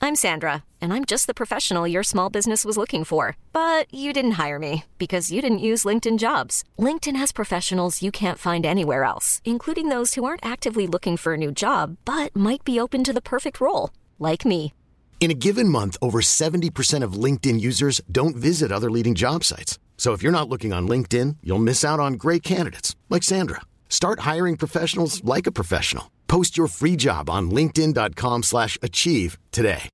I'm Sandra, and I'm just the professional your small business was looking for. But you didn't hire me because you didn't use LinkedIn Jobs. LinkedIn has professionals you can't find anywhere else, including those who aren't actively looking for a new job, but might be open to the perfect role, like me. In a given month, over 70% of LinkedIn users don't visit other leading job sites. So if you're not looking on LinkedIn, you'll miss out on great candidates like Sandra. Start hiring professionals like a professional. Post your free job on linkedin.com/achieve today.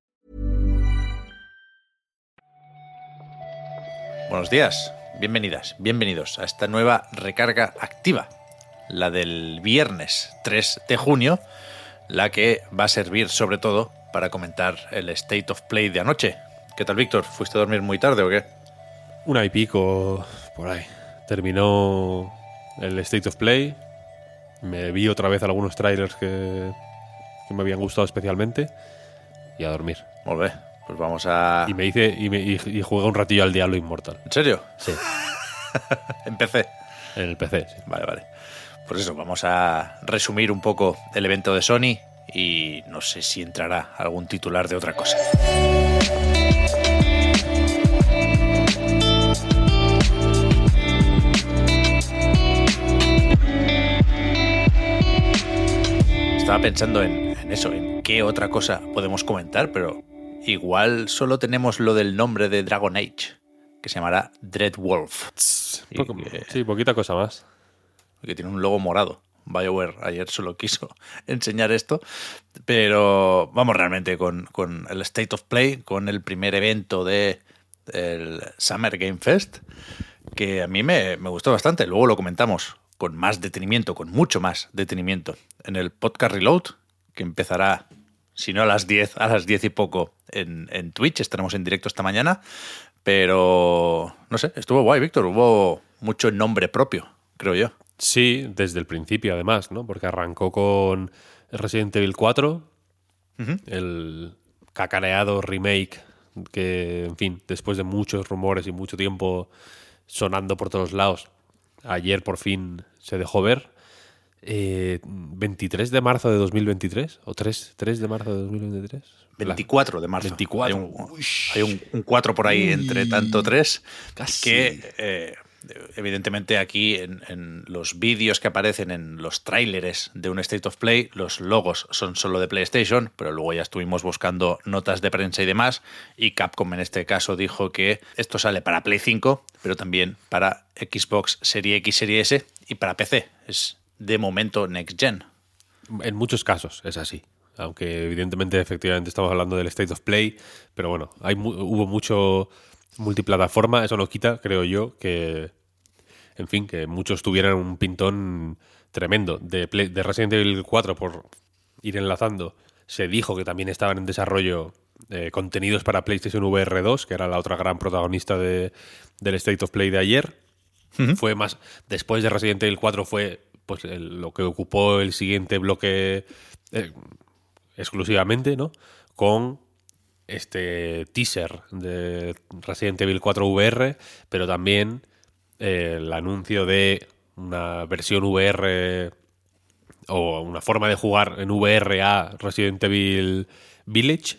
Buenos días, bienvenidas, bienvenidos a esta nueva recarga activa, la del viernes 3 de junio, la que va a servir sobre todo para comentar el State of Play de anoche. ¿Qué tal, Víctor? ¿Fuiste a dormir muy tarde o qué? 1:00 por ahí. Terminó el State of Play. Me vi otra vez algunos trailers que me habían gustado especialmente. Y a dormir. Molt bé, pues vamos a... Y jugué un ratillo al Diablo Immortal. ¿En serio? Sí. En PC. En el PC, sí. Vale. Pues eso, vamos a resumir un poco el evento de Sony y no sé si entrará algún titular de otra cosa. Estaba pensando en eso, en qué otra cosa podemos comentar, pero igual solo tenemos lo del nombre de Dragon Age, que se llamará Dreadwolf. Sí, poquita cosa más. Que tiene un logo morado. BioWare ayer solo quiso enseñar esto, pero vamos realmente con el State of Play, con el primer evento del Summer Game Fest, que a mí me gustó bastante. Luego lo comentamos con más detenimiento, con mucho más detenimiento, en el Podcast Reload, que empezará, si no a las 10, a las 10 y poco en Twitch. Estaremos en directo esta mañana, pero no sé, estuvo guay, Víctor. Hubo mucho nombre propio, creo yo. Sí, desde el principio además, ¿no? Porque arrancó con Resident Evil 4, el cacareado remake que, en fin, después de muchos rumores y mucho tiempo sonando por todos lados, ayer por fin se dejó ver. 23 de marzo de 2023 o 3 de marzo de 2023. 24 de marzo. 24. Hay un 4 por ahí entre tanto 3. Casi. Que evidentemente aquí en los vídeos que aparecen en los tráileres de un State of Play, los logos son solo de PlayStation, pero luego ya estuvimos buscando notas de prensa y demás, y Capcom en este caso dijo que esto sale para Play 5, pero también para Xbox Series X, Series S y para PC. Es de momento Next Gen. En muchos casos es así. Aunque evidentemente, efectivamente, estamos hablando del State of Play, pero bueno, hubo mucho multiplataforma. Eso no quita, creo yo, que, en fin, que muchos tuvieran un pintón tremendo. De Resident Evil 4, por ir enlazando, se dijo que también estaban en desarrollo contenidos para PlayStation VR 2, que era la otra gran protagonista del State of Play de ayer. Fue más, después de Resident Evil 4 fue pues lo que ocupó el siguiente bloque exclusivamente, ¿no? Con este teaser de Resident Evil 4 VR, pero también el anuncio de una versión VR o una forma de jugar en VR a Resident Evil Village.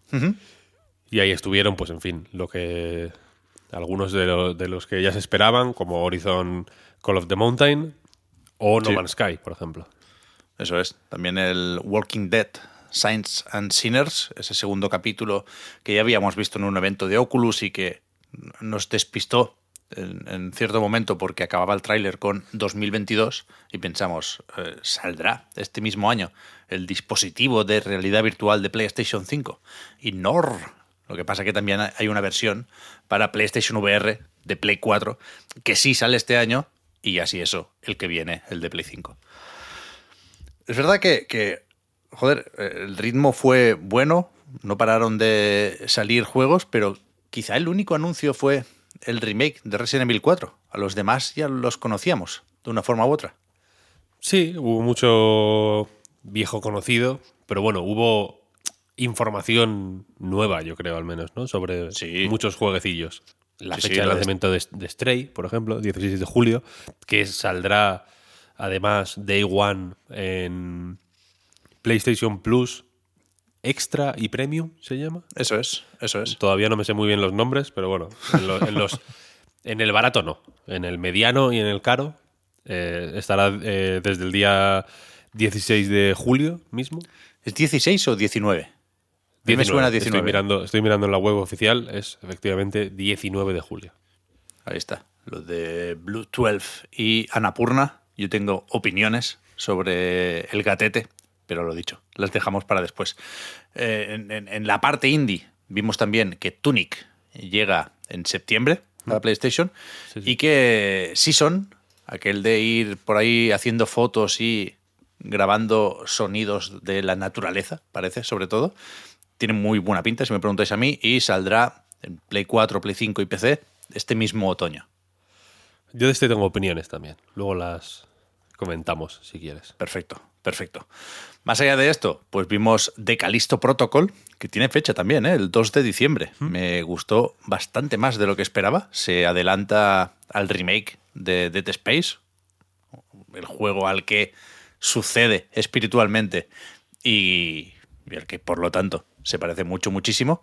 Y ahí estuvieron, pues en fin, lo que algunos de los que ya se esperaban, como Horizon Call of the Mountain o No Man's Sky, por ejemplo. Eso es. También el Walking Dead Saints and Sinners, ese segundo capítulo que ya habíamos visto en un evento de Oculus y que nos despistó en cierto momento porque acababa el tráiler con 2022 y pensamos, ¿saldrá este mismo año el dispositivo de realidad virtual de PlayStation 5? Y no. Lo que pasa que también hay una versión para PlayStation VR de Play 4 que sí sale este año y así eso, el que viene, el de Play 5. Es verdad que joder, el ritmo fue bueno, no pararon de salir juegos, pero quizá el único anuncio fue el remake de Resident Evil 4. A los demás ya los conocíamos, de una forma u otra. Sí, hubo mucho viejo conocido, pero bueno, hubo información nueva, yo creo, al menos, ¿no? Sobre muchos jueguecillos. La fecha de lanzamiento de Stray, por ejemplo, 16 de julio, que saldrá además Day One en PlayStation Plus Extra y Premium se llama. Eso es. Todavía no me sé muy bien los nombres, pero bueno, en el barato no. En el mediano y en el caro estará desde el día 16 de julio mismo. ¿Es 16 o 19? A mí me suena 19. Estoy mirando en la web oficial, es efectivamente 19 de julio. Ahí está. Los de Blue 12 y Annapurna. Yo tengo opiniones sobre el gatete, pero lo dicho, las dejamos para después. En la parte indie vimos también que Tunic llega en septiembre a la PlayStation y que Season, aquel de ir por ahí haciendo fotos y grabando sonidos de la naturaleza, parece, sobre todo, tiene muy buena pinta, si me preguntáis a mí, y saldrá en Play 4, Play 5 y PC este mismo otoño. Yo de este tengo opiniones también. Luego las comentamos, si quieres. Perfecto. Más allá de esto, pues vimos The Callisto Protocol, que tiene fecha también, el 2 de diciembre. Me gustó bastante más de lo que esperaba. Se adelanta al remake de Dead Space, el juego al que sucede espiritualmente y al que, por lo tanto, se parece muchísimo.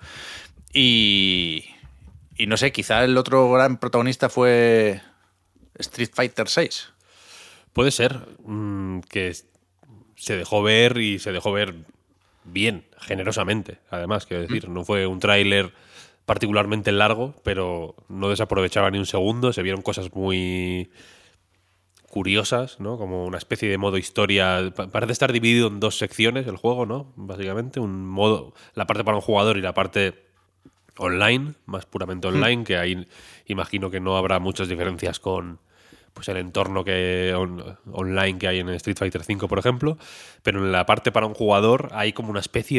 Y no sé, quizá el otro gran protagonista fue Street Fighter VI. Puede ser que se dejó ver y se dejó ver bien, generosamente. Además, quiero decir, no fue un tráiler particularmente largo, pero no desaprovechaba ni un segundo. Se vieron cosas muy curiosas, ¿no? Como una especie de modo historia. Parece estar dividido en dos secciones el juego, ¿no? Básicamente, un modo, la parte para un jugador y la parte online, más puramente online, que ahí imagino que no habrá muchas diferencias con pues el entorno online que hay en Street Fighter V, por ejemplo, pero en la parte para un jugador hay como una especie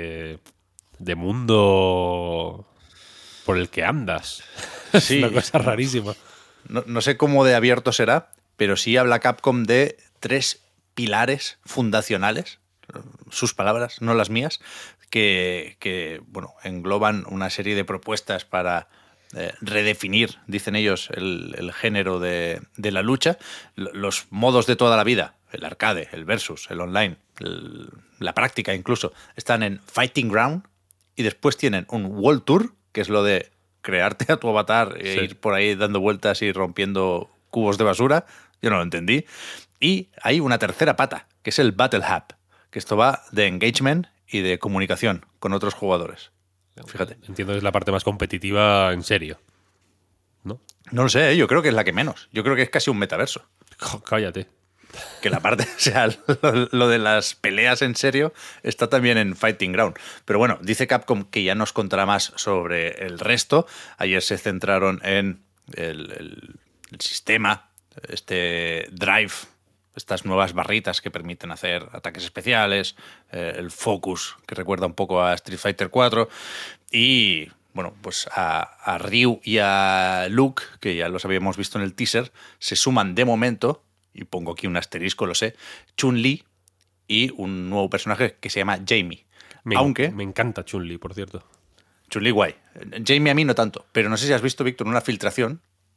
de mundo por el que andas. Sí. Es una cosa rarísima. No sé cómo de abierto será, pero sí habla Capcom de 3 pilares fundacionales, sus palabras, no las mías, que bueno, engloban una serie de propuestas para redefinir, dicen ellos, el género de la lucha, los modos de toda la vida, el arcade, el versus, el online, la práctica incluso, están en Fighting Ground, y después tienen un World Tour, que es lo de crearte a tu avatar e ir por ahí dando vueltas y rompiendo cubos de basura. Yo no lo entendí. Y hay una tercera pata, que es el Battle Hub, que esto va de engagement y de comunicación con otros jugadores. Fíjate. Entiendo que es la parte más competitiva en serio, ¿no? No lo sé, yo creo que es la que menos. Yo creo que es casi un metaverso. Cállate. Que la parte, o sea, lo de las peleas en serio está también en Fighting Ground. Pero bueno, dice Capcom que ya nos contará más sobre el resto. Ayer se centraron en el sistema, este Drive, estas nuevas barritas que permiten hacer ataques especiales, el Focus, que recuerda un poco a Street Fighter 4, y bueno, pues a Ryu y a Luke, que ya los habíamos visto en el teaser, se suman de momento, y pongo aquí un asterisco, lo sé, Chun-Li y un nuevo personaje que se llama Jamie. Me encanta Chun-Li, por cierto. Chun-Li guay. Jamie a mí no tanto, pero no sé si has visto, Víctor, una filtración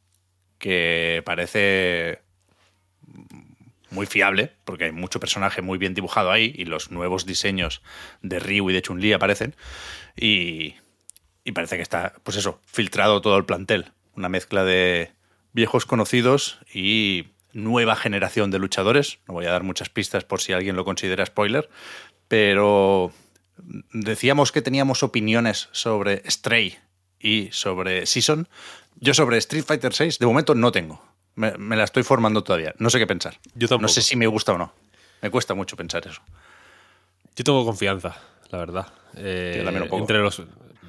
que parece muy fiable, porque hay mucho personaje muy bien dibujado ahí y los nuevos diseños de Ryu y de Chun-Li aparecen y parece que está, pues eso, filtrado todo el plantel. Una mezcla de viejos conocidos y nueva generación de luchadores. No voy a dar muchas pistas por si alguien lo considera spoiler, pero decíamos que teníamos opiniones sobre Stray y sobre Season. Yo sobre Street Fighter VI de momento no tengo. Me la estoy formando todavía. No sé qué pensar. Yo tampoco. No sé si me gusta o no. Me cuesta mucho pensar eso. Yo tengo confianza, la verdad. Entre los...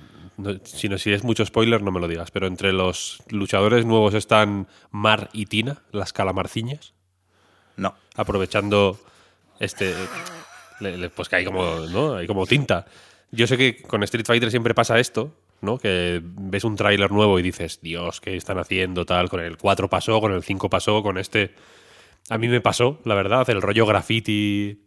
Si es mucho spoiler, no me lo digas. Pero entre los luchadores nuevos están Mar y Tina, las calamarciñas. No. Aprovechando pues que hay como, ¿no? Hay como tinta. Yo sé que con Street Fighter siempre pasa esto, ¿no? Que ves un tráiler nuevo y dices, Dios, ¿qué están haciendo? Tal, con el 4 pasó, con el 5 pasó, con este... A mí me pasó, la verdad, el rollo graffiti,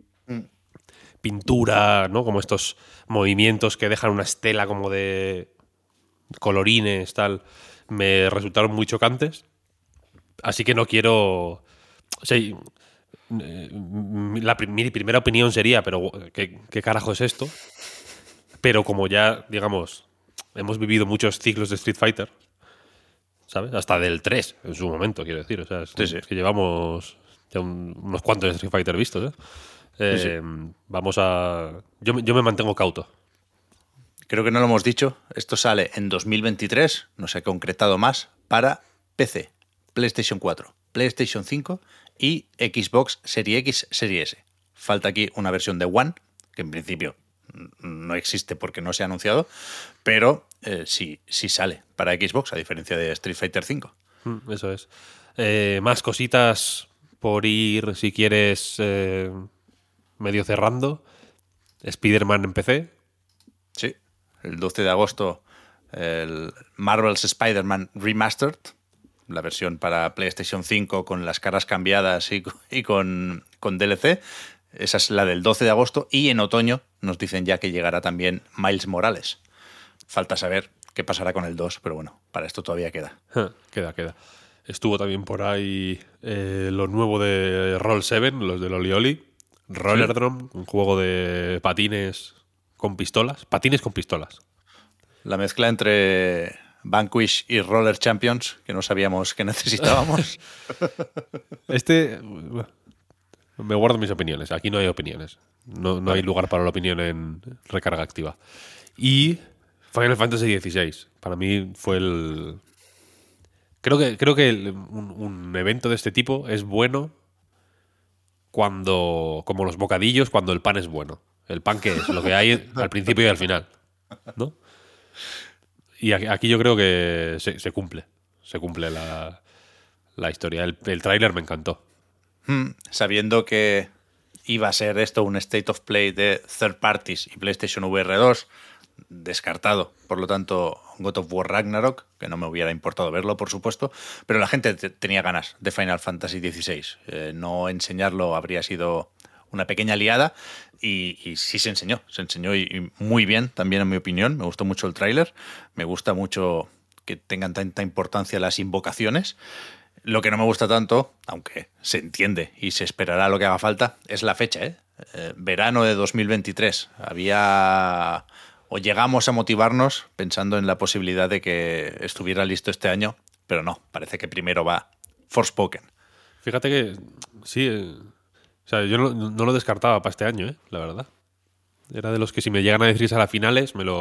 pintura, ¿no? Como estos movimientos que dejan una estela como de colorines, tal, me resultaron muy chocantes. Así que no quiero... O sea, mi primera opinión sería, pero ¿qué carajo es esto? Pero como ya, digamos, hemos vivido muchos ciclos de Street Fighter, ¿sabes? Hasta del 3 en su momento, quiero decir. O sea, es que llevamos ya unos cuantos Street Fighter vistos, ¿eh? Vamos a... Yo me mantengo cauto. Creo que no lo hemos dicho. Esto sale en 2023, no se ha concretado más, para PC, PlayStation 4, PlayStation 5 y Xbox Series X, Series S. Falta aquí una versión de One, que en principio no existe porque no se ha anunciado, pero sí sale para Xbox, a diferencia de Street Fighter 5. Eso es. Más cositas por ir, si quieres, medio cerrando. Spider-Man en PC. Sí, el 12 de agosto el Marvel's Spider-Man Remastered, la versión para PlayStation 5 con las caras cambiadas y con DLC. Esa es la del 12 de agosto y en otoño nos dicen ya que llegará también Miles Morales. Falta saber qué pasará con el 2, pero bueno, para esto todavía queda. Queda. Estuvo también por ahí lo nuevo de Roll 7, los del Oli. Rollerdrome, un juego de patines con pistolas. Patines con pistolas. La mezcla entre Vanquish y Roller Champions, que no sabíamos que necesitábamos. Me guardo mis opiniones. Aquí no hay opiniones. No hay lugar para la opinión en recarga activa. Y Final Fantasy XVI. Para mí fue el... Creo que un evento de este tipo es bueno cuando, como los bocadillos, cuando el pan es bueno. ¿El pan qué es? Lo que hay al principio y al final, ¿no? Y aquí yo creo que se cumple. Se cumple la historia. El tráiler me encantó. Sabiendo que iba a ser esto un State of Play de third parties y PlayStation VR 2, descartado. Por lo tanto, God of War Ragnarok, que no me hubiera importado verlo, por supuesto, pero la gente tenía ganas de Final Fantasy XVI. No enseñarlo habría sido una pequeña liada y sí se enseñó y muy bien también, en mi opinión. Me gustó mucho el tráiler, me gusta mucho que tengan tanta importancia las invocaciones. Lo que no me gusta tanto, aunque se entiende y se esperará lo que haga falta, es la fecha, verano de 2023. Llegamos a motivarnos pensando en la posibilidad de que estuviera listo este año, pero no, parece que primero va Forspoken. Fíjate que sí, o sea, yo no lo descartaba para este año, la verdad. Era de los que si me llegan a decir a las finales, en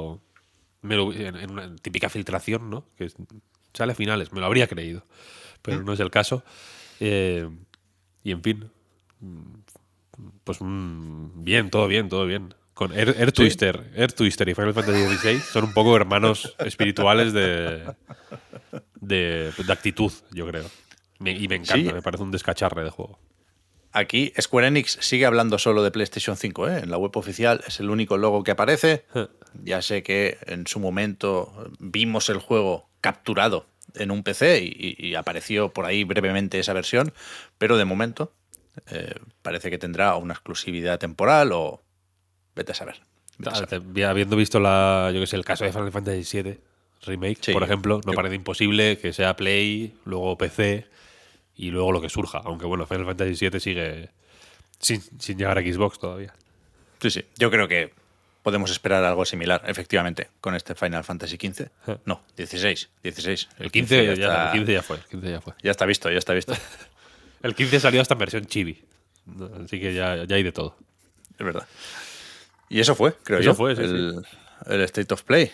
una típica filtración, ¿no? Que sale a finales, me lo habría creído, pero no es el caso. Y en fin, pues bien, todo bien. Con Air Twister y Final Fantasy XVI son un poco hermanos espirituales de actitud, yo creo. Y me encanta, me parece un descacharre de juego. Aquí Square Enix sigue hablando solo de PlayStation 5, En la web oficial es el único logo que aparece. Ya sé que en su momento vimos el juego capturado en un PC y apareció por ahí brevemente esa versión, pero de momento parece que tendrá una exclusividad temporal o... Vete a saber. Habiendo visto el caso de Final Fantasy VII Remake, por ejemplo, me parece imposible que sea Play, luego PC y luego lo que surja. Aunque bueno, Final Fantasy VII sigue sin llegar a Xbox todavía. Sí. Yo creo que podemos esperar algo similar, efectivamente, con este Final Fantasy XV. No, 16. El 15 ya fue. Ya está visto. El 15 salió hasta en versión chibi. Así que ya hay de todo. Es verdad. Y eso fue, creo yo, el State of Play.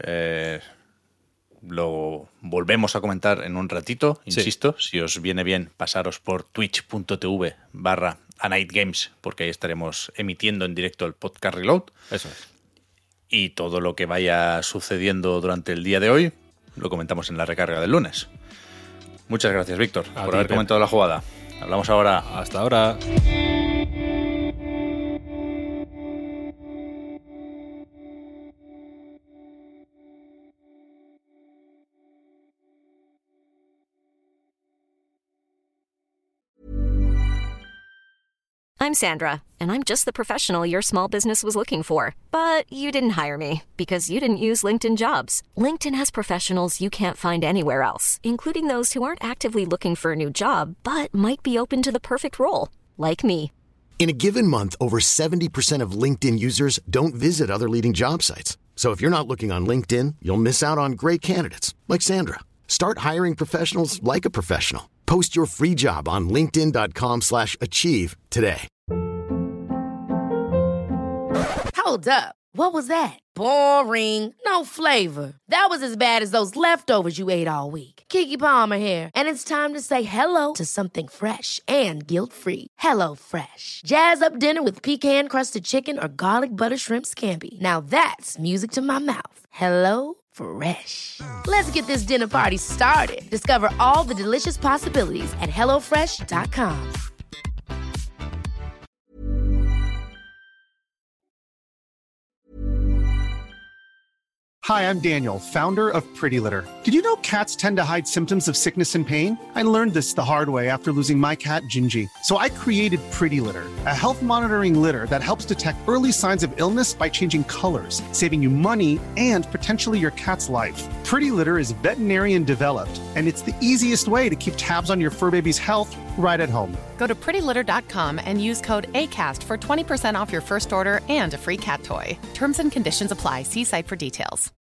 Lo volvemos a comentar en un ratito, insisto, si os viene bien pasaros por twitch.tv/anightgames, porque ahí estaremos emitiendo en directo el podcast Reload. Eso es. Y todo lo que vaya sucediendo durante el día de hoy lo comentamos en la recarga del lunes. Muchas gracias, Víctor, por haber comentado la jugada. Hablamos ahora. Hasta ahora. I'm Sandra, and I'm just the professional your small business was looking for. But you didn't hire me because you didn't use LinkedIn Jobs. LinkedIn has professionals you can't find anywhere else, including those who aren't actively looking for a new job, but might be open to the perfect role, like me. In a given month, over 70% of LinkedIn users don't visit other leading job sites. So if you're not looking on LinkedIn, you'll miss out on great candidates like Sandra. Start hiring professionals like a professional. Post your free job on linkedin.com/achieve today. Hold up. What was that? Boring. No flavor. That was as bad as those leftovers you ate all week. Keke Palmer here, and it's time to say hello to something fresh and guilt-free. Hello Fresh. Jazz up dinner with pecan-crusted chicken or garlic butter shrimp scampi. Now that's music to my mouth. Hello Fresh. Let's get this dinner party started. Discover all the delicious possibilities at hellofresh.com. Hi, I'm Daniel, founder of Pretty Litter. Did you know cats tend to hide symptoms of sickness and pain? I learned this the hard way after losing my cat, Gingy. So I created Pretty Litter, a health monitoring litter that helps detect early signs of illness by changing colors, saving you money and potentially your cat's life. Pretty Litter is veterinarian developed, and it's the easiest way to keep tabs on your fur baby's health right at home. Go to prettylitter.com and use code ACAST for 20% off your first order and a free cat toy. Terms and conditions apply. See site for details.